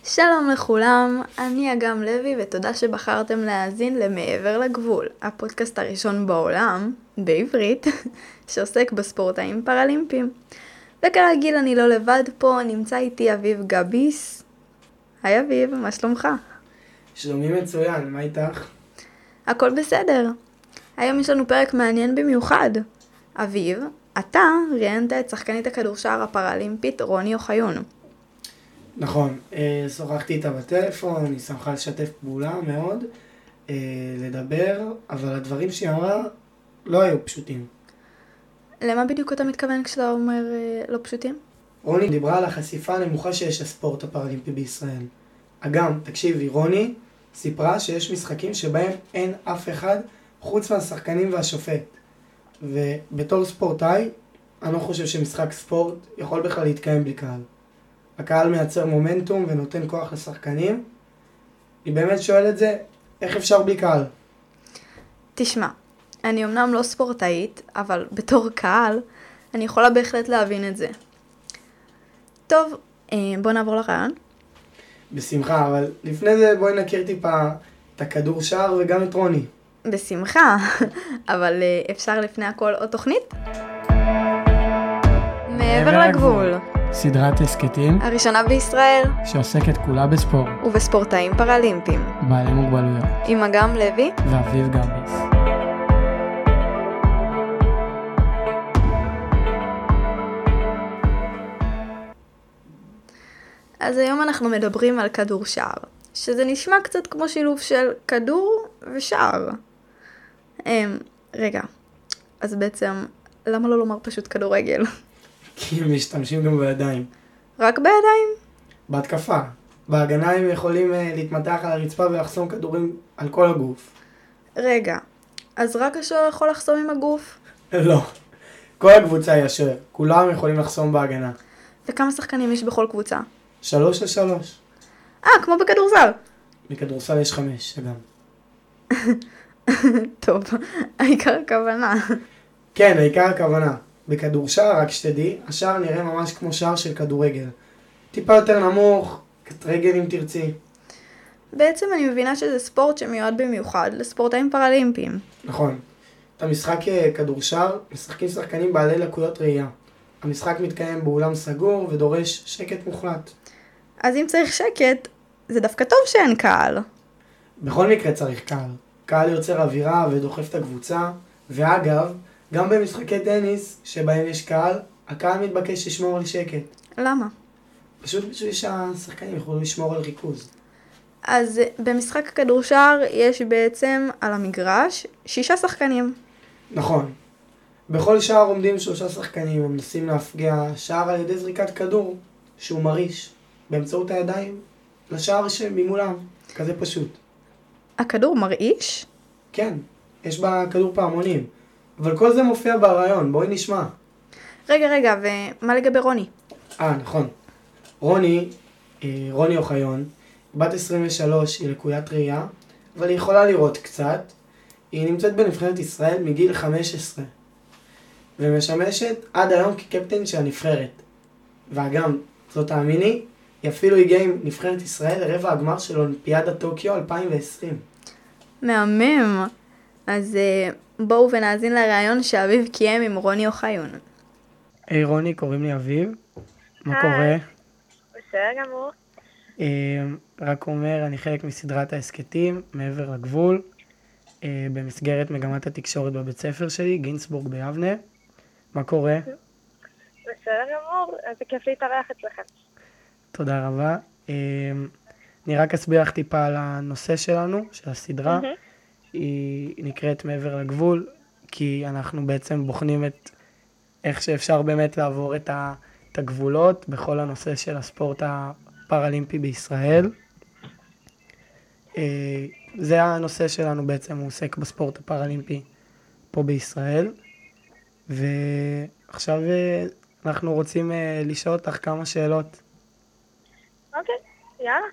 שלום לכולם, אני אגם לוי ותודה שבחרתם להאזין למעבר לגבול, הפודקאסט הראשון בעולם, בעברית, שעוסק בספורטאים פרלימפיים. וכרגיל אני לא לבד פה, נמצא איתי אביב גביס. היי אביב, מה שלומך? שלומי מצוין, מה איתך? הכל בסדר. היום יש לנו פרק מעניין במיוחד. אביב, אתה ראיינת את שחקנית הכדורשער הפרלימפית רוני אוחיון. נכון, שוחחתי איתה בטלפון, היא שמחה לשתף פעולה מאוד, לדבר, אבל הדברים שהיא אמרה לא היו פשוטים. למה בדיוק אתה מתכוון כשאתה אומר לא פשוטים? רוני דיברה על החשיפה הנמוכה שיש לספורט הפרלימפי בישראל. אגם, תקשיבי, רוני סיפרה שיש משחקים שבהם אין אף אחד חוץ מהשחקנים והשופט. ובתור ספורטאי, אני לא חושב שמשחק ספורט יכול בכלל להתקיים בלי קהל. הקהל מייצר מומנטום ונותן כוח לשחקנים. היא באמת שואלת את זה, איך אפשר בלי קהל? תשמע, אני אמנם לא ספורטאית, אבל בתור קהל, אני יכולה בהחלט להבין את זה. טוב, בוא נעבור לרעיון. בשמחה, אבל לפני זה בואי נכיר טיפה את הכדור שער וגם את רוני. בשמחה, אבל אפשר לפני הכל עוד תוכנית? מעבר לגבול. סדרת הסקטים הראשונה בישראל, שעוסקת כולה בספורט. ובספורטאים פרלימפיים. בעלי מוגבלויות. עם אגם לוי. ואביב גביס. אז היום אנחנו מדברים על כדור שער, שזה נשמע קצת כמו שילוב של כדור ושער. רגע, אז בעצם למה לא לומר פשוט כדורגל? כי הם משתמשים גם בידיים. רק בידיים? בהתקפה. בהגנה הם יכולים להתמתח על הרצפה ולחסום כדורים על כל הגוף. רגע, אז רק השוער יכול לחסום עם הגוף? לא. כל הקבוצה היא השוער. כולם יכולים לחסום בהגנה. וכמה שחקנים יש בכל קבוצה? 3-3. כמו בכדורסל. בכדורסל יש 5, אגם. טוב, העיקר הכוונה. כן, העיקר הכוונה. בכדורשער, רק שתדעי, השער נראה ממש כמו שער של כדורגל. טיפה יותר נמוך, רגל אם תרצי. בעצם אני מבינה שזה ספורט שמיועד במיוחד לספורטאים פרלימפיים. נכון. את המשחק כדורשער משחקים שחקנים בעלי לקויות ראייה. המשחק מתקיים באולם סגור ודורש שקט מוחלט. אז אם צריך שקט, זה דווקא טוב שאין קהל. בכל מקרה צריך קהל. קהל יוצר אווירה ודוחף את הקבוצה. ואגב, גם במשחקי טניס שבהם יש קהל, הקהל מתבקש לשמור על שקט. למה? פשוט בשביל שהשחקנים יוכלו לשמור על ריכוז. אז במשחק הכדורשער יש בעצם על המגרש 6 שחקנים. נכון. בכל שער עומדים 3 שחקנים ומנסים להפגיע שער על ידי זריקת כדור שהוא מריש באמצעות הידיים לשער שממולם. כזה פשוט. הכדור מרעיש? כן, יש בה כדור פעמונים. אבל כל זה מופיע ברעיון, בואי נשמע. רגע, ומה לגבי רוני? נכון. רוני אוחיון, בת 23, היא לקוית ראייה, אבל היא יכולה לראות קצת. היא נמצאת בנבחרת ישראל מגיל 15, ומשמשת עד היום כקפטן של הנבחרת. וגם, זאת תאמיני, היא אפילו הגיעה עם נבחרת ישראל לרבע הגמר של אולימפיאדת טוקיו 2020. מהמם. אז בואו ונאזין לרעיון שאביב קיים עם רוני אוחיון. היי רוני, קוראים לי אביב. מה קורה? בסדר גמור. רק אומר, אני חלק מסדרת ההסקטים, מעבר לגבול, במסגרת מגמת התקשורת בבית ספר שלי, גינסבורג ביבנה. מה קורה? בסדר גמור, אז זה כיף להתארח אצלכם. תודה רבה. אני רק אסביר לך טיפה על הנושא שלנו, של הסדרה. היא נקראת מעבר לגבול, כי אנחנו בעצם בוחנים את איך שאפשר באמת לעבור את הגבולות בכל הנושא של הספורט הפרלימפי בישראל. זה הנושא שלנו בעצם, הוא עוסק בספורט הפרלימפי פה בישראל. ועכשיו אנחנו רוצים לשאול אותך כמה שאלות. אוקיי, יאללה.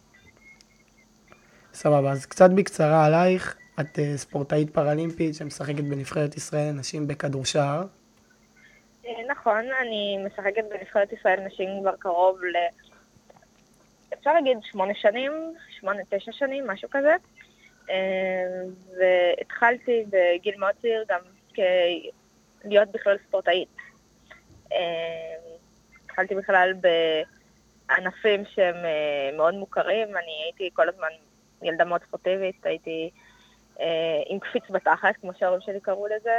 סבבה, אז קצת בקצרה עלייך. את ספורטאית פרלימפית שמשחקת בנבחרת ישראל לנשים בכדורשער. נכון, אני משחקת בנבחרת ישראל נשים כבר קרוב אפשר להגיד 8 שנים, 8-9 שנים, משהו כזה. והתחלתי בגיל מאוד צעיר גם להיות בכלל ספורטאית. התחלתי בכלל בענפים שהם מאוד מוכרים, אני הייתי כל הזמן ילדה מאוד ספורטיבית, הייתי עם קפיץ בתחת, כמו שההורים שלי קראו לזה,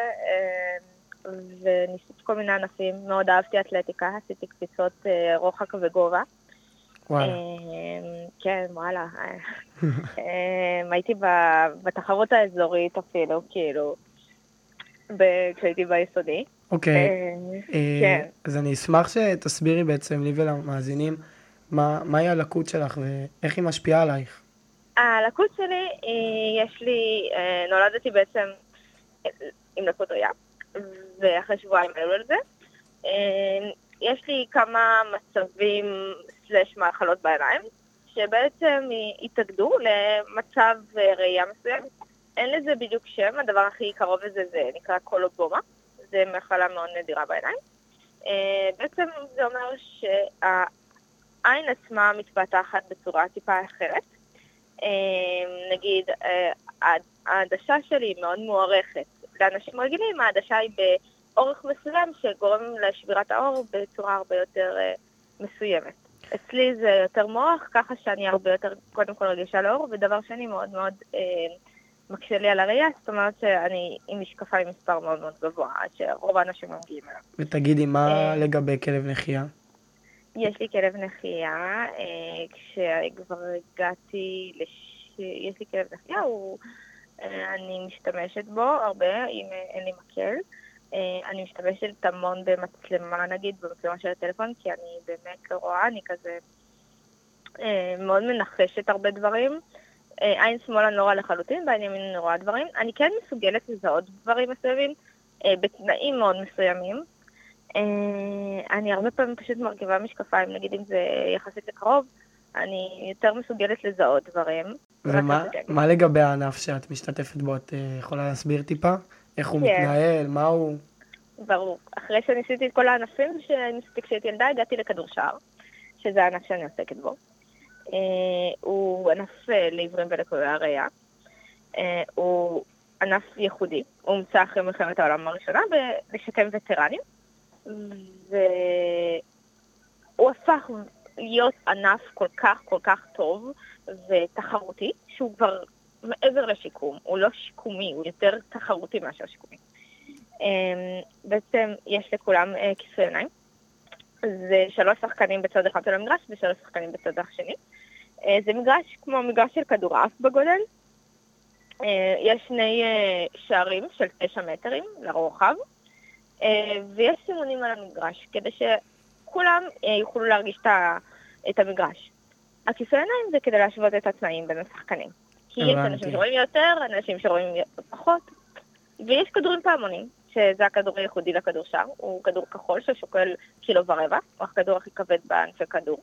וניסיתי כל מיני ענפים, מאוד אהבתי אתלטיקה, עשיתי קפיצות רוחק וגובה. וואלה. כן, וואלה. הייתי בתחרות האזורית אפילו, כאילו, כשהייתי ביסודי. אוקיי, כן. אז אני אשמח שתסבירי בעצם לי ולמאזינים מהי הלקות שלך ואיך היא משפיעה עלייך. הלקות שלי, נולדתי בעצם עם לקות ראייה, ואחרי שבועיים עלו על זה. יש לי כמה מצבים / מאכלות בעיניים, שבעצם התאגדו למצב ראייה מסוים. אין לזה בדיוק שם, הדבר הכי קרוב לזה זה נקרא קולובומה, זה מחלה מאוד נדירה בעיניים. בעצם זה אומר שהעין עצמה מתפתחת בצורה טיפה אחרת. נגיד, העדשה שלי היא מאוד מוערכת. לאנשים רגילים העדשה היא באורך מסוים שגורם לשבירת האור בצורה הרבה יותר מסוימת. אצלי זה יותר מוח, ככה שאני הרבה יותר קודם כל רגישה לאור, ודבר שני מאוד מאוד מקשה לי על הראייה, זאת אומרת שאני עם משקפיים מספר מאוד מאוד גבוה, שרוב האנשים מגיעים אליו. ותגידי, מה לגבי כלב נחייה? יש לי כלב נחייה, כשכבר הגעתי, יש לי כלב נחייה, אני משתמשת בו הרבה, אם אין לי מקל. אני משתמשת המון במצלמה, נגיד, במצלמה של הטלפון, כי אני באמת לא רואה, אני כזה מאוד מנחשת הרבה דברים. עין שמאל אני לא רואה לחלוטין, בעין ימין אני רואה דברים. אני כן מסוגלת לזהות דברים מסוימים, בתנאים מאוד מסוימים. אני הרבה פעמים פשוט מרכיבה משקפיים, נגיד אם זה יחסית לקרוב, אני יותר מסוגלת לזהות דברים. ומה לגבי הענף שאת משתתפת בו? את יכולה להסביר טיפה? איך הוא מתנהל? מה הוא? ברור. אחרי שניסיתי את כל הענפים שניסיתי כשהייתי ילדה, הגעתי לכדור שער, שזה הענף שאני עוסקת בו. הוא ענף לעיוורים ולקויי הראייה. הוא ענף ייחודי. הוא הומצא אחרי מלחמת העולם הראשונה לשקם וטרנים. והוא הפך להיות ענף כל כך טוב ותחרותי, שהוא כבר מעבר לשיקום. הוא לא שיקומי, הוא יותר תחרותי מאשר שיקומי. בעצם יש לכולם כיסוי עיניים. זה 3 שחקנים בצד אחד של המגרש ו3 שחקנים בצד השני. זה מגרש כמו מגרש של כדורעף בגודל. יש 2 שערים של 9 מטרים לרוחב. ויש סימונים על המגרש, כדי שכולם יוכלו להרגיש את המגרש. הכיסוי עיניים זה כדי להשוות את התנאים בין השחקנים. כי יש אנשים שרואים יותר, אנשים שרואים פחות, ויש כדורים פעמונים, שזה הכדור הייחודי לכדור שער, הוא כדור כחול ששוקל 1.25 קילו, הוא הכדור הכי כבד בענפי כדור.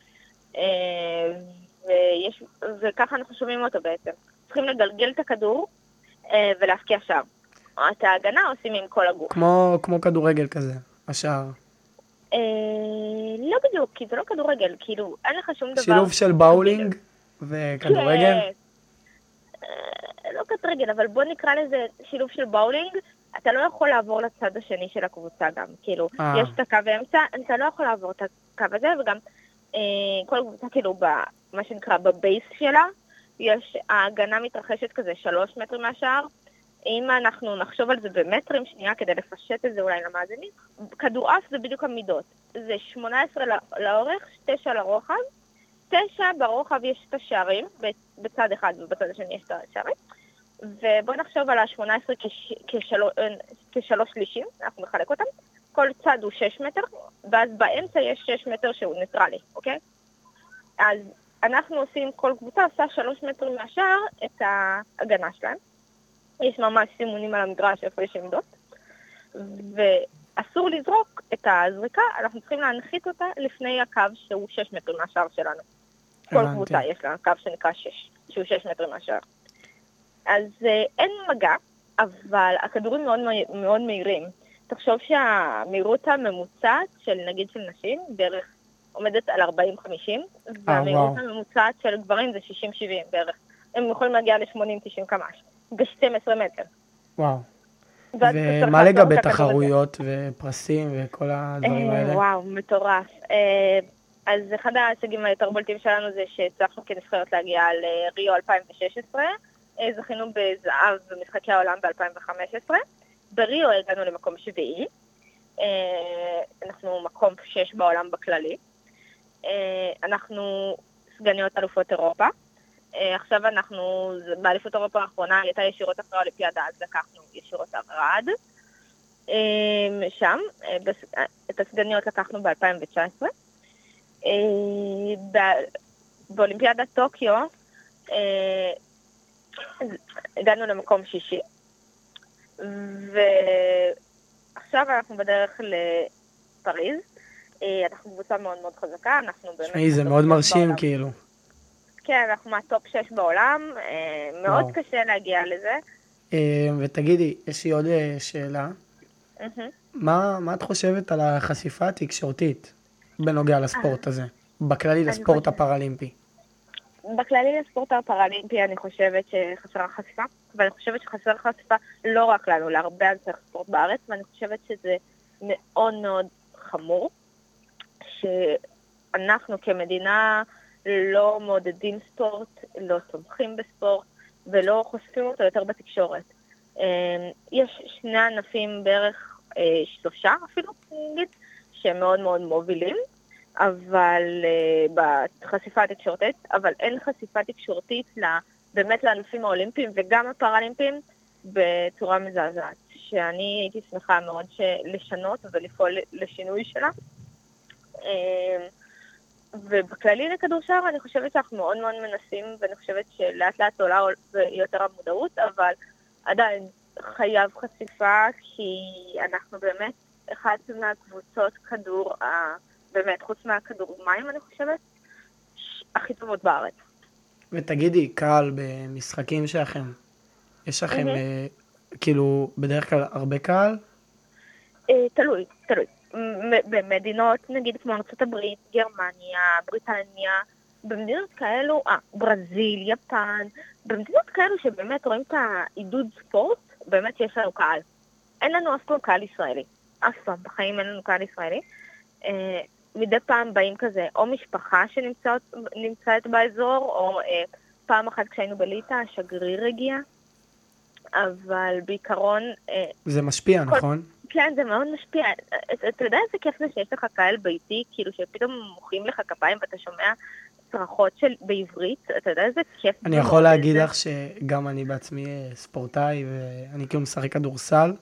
וככה אנחנו שומעים אותו בעצם. צריכים לגלגל את הכדור ולהפקיע שער. את ההגנה עושים עם כל הגוף. כמו כדורגל כזה, השער. לא בדיוק, כי זה לא כדורגל, כאילו, אין לך שום דבר. שילוב של באולינג וכדורגל? לא כדורגל, אבל בוא נקרא לזה שילוב של באולינג, אתה לא יכול לעבור לצד השני של הקבוצה גם, כאילו, יש את הקו האמצע, אתה לא יכול לעבור את הקו הזה, וגם כל קבוצה, כאילו, מה שנקרא, בבייס שלה, ההגנה מתרחשת כזה 3 מטרים מהשער, אם אנחנו נחשוב על זה במטרים שנייה, כדי לפשט את זה אולי למאזינים, כדורעף זה בדיוק המידות. זה 18 לאורך, 9 לרוחב. 9 ברוחב יש את השערים, בצד אחד ובצד השני יש את השערים. ובואו נחשוב על ה-18 כשלוש שלישים, אנחנו נחלק אותם. כל צד הוא 6 מטר, ואז באמצע יש 6 מטר שהוא ניטרלי, אוקיי? אז אנחנו עושים, כל קבוצה עושה 3 מטרים מהשער את ההגנה שלהם. יש ממש סימונים על המגרש איפה יש עמדות, ואסור לזרוק את הזריקה, אנחנו צריכים להנחית אותה לפני הקו שהוא 6 מטרים מהשער שלנו. כל קבוצה יש לה קו שנקרא 6, שהוא 6 מטרים מהשער. אז אין מגע, אבל הכדורים מאוד מאוד מהירים. תחשוב שהמהירות הממוצעת של נגיד של נשים בערך עומדת על 40-50, והמהירות הממוצעת של גברים זה 60-70 בערך. הם יכולים להגיע ל-80-90 קמ"ש, ב-12 מטר. וואו. ואז אתה צריך ומה לעצור לגבי את הכדור הזה. תחרויות ופרסים וכל הדברים האלה? וואו, מטורף. אז אחד ההישגים היותר בולטים שלנו זה שהצלחנו כנבחרת להגיע לריו 2016, זכינו בזהב במשחקי העולם ב-2015, בריו הגענו למקום שביעי, אנחנו מקום 6 בעולם בכללי, אנחנו סגניות אלופות אירופה, עכשיו אנחנו, באליפות אירופה האחרונה הייתה ישירות אחרי האולימפיאדה, אז לקחנו ישירות ארד, שם, את הסגניות לקחנו ב-2019, באולימפיאדת טוקיו הגענו למקום 6, ועכשיו אנחנו בדרך לפריז, אנחנו קבוצה מאוד מאוד חזקה, אנחנו באמת... שמעי, זה מאוד מרשים כאילו. כן, אנחנו מהטופ 6 בעולם, מאוד קשה להגיע לזה. ותגידי, יש לי עוד שאלה. מה את חושבת על החשיפה התקשורתית בנוגע לספורט הזה? בכללי לספורט הפראלימפי. בכללי לספורט הפראלימפי אני חושבת שחסרה חשיפה, ואני חושבת שחסרה חשיפה לא רק לנו, להרבה אנשי ספורט בארץ, ואני חושבת שזה מאוד מאוד חמור, שאנחנו כמדינה לא מעודדים ספורט, לא תומכים בספורט, ולא חושפים אותו יותר בתקשורת. יש 2 ענפים בערך 3 אפילו, נגיד, שהם מאוד מאוד מובילים, אבל בחשיפה התקשורתית, אבל אין חשיפה תקשורתית באמת לענפים האולימפיים וגם הפראלימפיים בצורה מזעזעת, שאני הייתי שמחה מאוד לשנות ולפעול לשינוי שלה. ובכללי לכדורסל אני חושבת שאנחנו מאוד מאוד מנסים, ואני חושבת שלאט לאט עולה יותר המודעות, אבל עדיין חייב חשיפה, כי אנחנו באמת אחת מהקבוצות כדור, באמת חוץ מהכדור מים אני חושבת, הכי טובות בארץ. ותגידי, קהל במשחקים שלכם, יש לכם כאילו בדרך כלל הרבה קהל? תלוי. במדינות, נגיד כמו ארצות הברית, גרמניה, בריטניה, במדינות כאלו, ברזיל, יפן, במדינות כאלו שבאמת רואים את העידוד ספורט, באמת יש לנו קהל. אין לנו אף פעם קהל ישראלי. אף פעם, בחיים אין לנו קהל ישראלי. מדי פעם באים כזה, או משפחה שנמצאת באזור, או פעם אחת כשהיינו בליטא, השגריר הגיע. אבל בעיקרון... זה משפיע, נכון? כן, זה מאוד משפיע. אתה יודע איזה כיף זה שיש לך קהל ביתי, כאילו שפתאום מוחאים לך כפיים ואתה שומע צרחות בעברית, אתה יודע איזה כיף. אני יכול להגיד לך שגם אני בעצמי ספורטאי, ואני כאילו משחק כדורסל,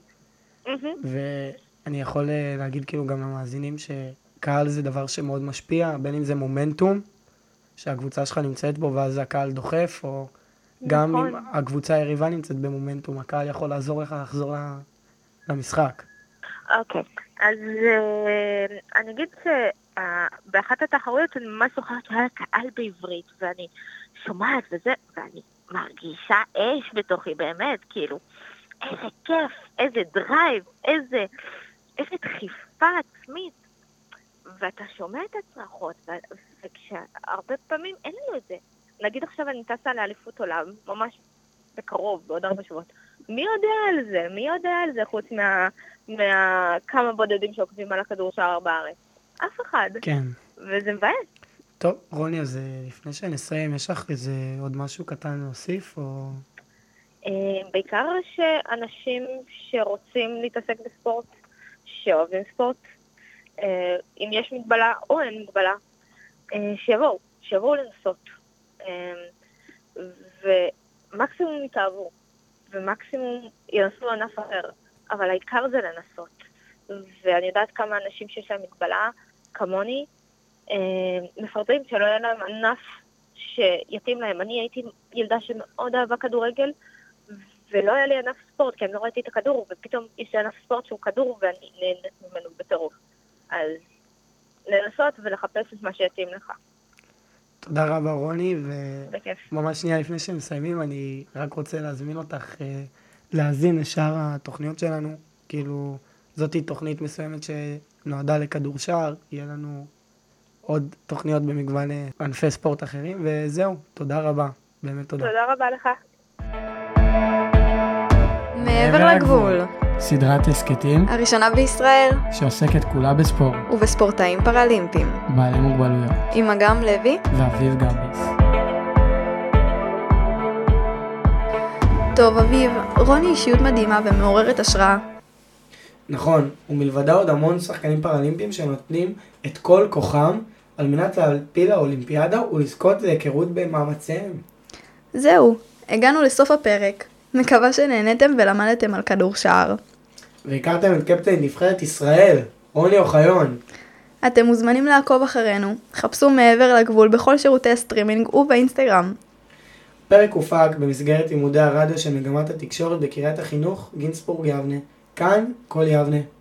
ואני יכול להגיד כאילו גם למאזינים שקהל זה דבר שמאוד משפיע, בין אם זה מומנטום, שהקבוצה שלך נמצאת בו ואז הקהל דוחף, או גם אם הקבוצה היריבה נמצאת במומנטום, הקהל יכול לעזור לך לחזור למשחק. אוקיי, אז אני אגיד שבאחת התחרויות אני ממש זוכרת שהיה קהל בעברית, ואני שומעת וזה, ואני מרגישה אש בתוכי, באמת, כאילו, איזה כיף, איזה דרייב, איזה דחיפה עצמית, ואתה שומע את הצרחות, וכשהרבה פעמים אין לנו את זה. נגיד עכשיו אני טסה לאליפות עולם, ממש בקרוב, בעוד 4 שבועות. מי יודע על זה? מי יודע על זה חוץ כמה בודדים שעוקבים על הכדורסל בארץ? אף אחד. כן. וזה מבאס. טוב, רוני, אז לפני שנסיים, יש לך איזה עוד משהו קטן להוסיף, או... בעיקר שאנשים שרוצים להתעסק בספורט, שאוהבים ספורט, אם יש מגבלה או אין מגבלה, שיבואו לנסות. ומקסימום יתאהבו, ומקסימום ינסו ענף אחר, אבל העיקר זה לנסות. ואני יודעת כמה אנשים שיש להם מגבלה, כמוני, מפרטים שלא יהיה להם ענף שיתאים להם. אני הייתי ילדה שמאוד אהבה כדורגל, ולא היה לי ענף ספורט, כי אני לא ראיתי את הכדור, ופתאום יש לי ענף ספורט שהוא כדור, ואני נהנית ממנו בטירוף. אז לנסות ולחפש את מה שיתאים לך. תודה רבה רוני, בכיף. וממש שנייה לפני שמסיימים, אני רק רוצה להזמין אותך להאזין לשאר התוכניות שלנו, כאילו זאתי תוכנית מסוימת שנועדה לכדורסל, יהיה לנו עוד תוכניות במגוון ענפי ספורט אחרים, וזהו, תודה רבה, באמת תודה. תודה רבה לך. מעבר לגבול, סדרת הסקטים הראשונה בישראל, שעוסקת כולה בספורט, ובספורטאים פראלימפיים, בעלי מוגבלויות, עם אגם לוי ואביב גביס. טוב אביב, רוני אישיות מדהימה ומעוררת השראה. נכון, ומלבדה עוד המון שחקנים פראלימפיים שנותנים את כל כוחם על מנת להעפיל לאולימפיאדה ולזכות להיכרות במאמציהם. זהו, הגענו לסוף הפרק. מקווה שנהנתם ולמדתם על כדור שער. והכרתם את קפטן נבחרת ישראל, רוני אוחיון. אתם מוזמנים לעקוב אחרינו. חפשו מעבר לגבול בכל שירותי הסטרימינג ובאינסטגרם. פרק הופק במסגרת לימודי הרדיו של מגמת התקשורת בקריית החינוך גינסבורג יבנה. כאן כל יבנה.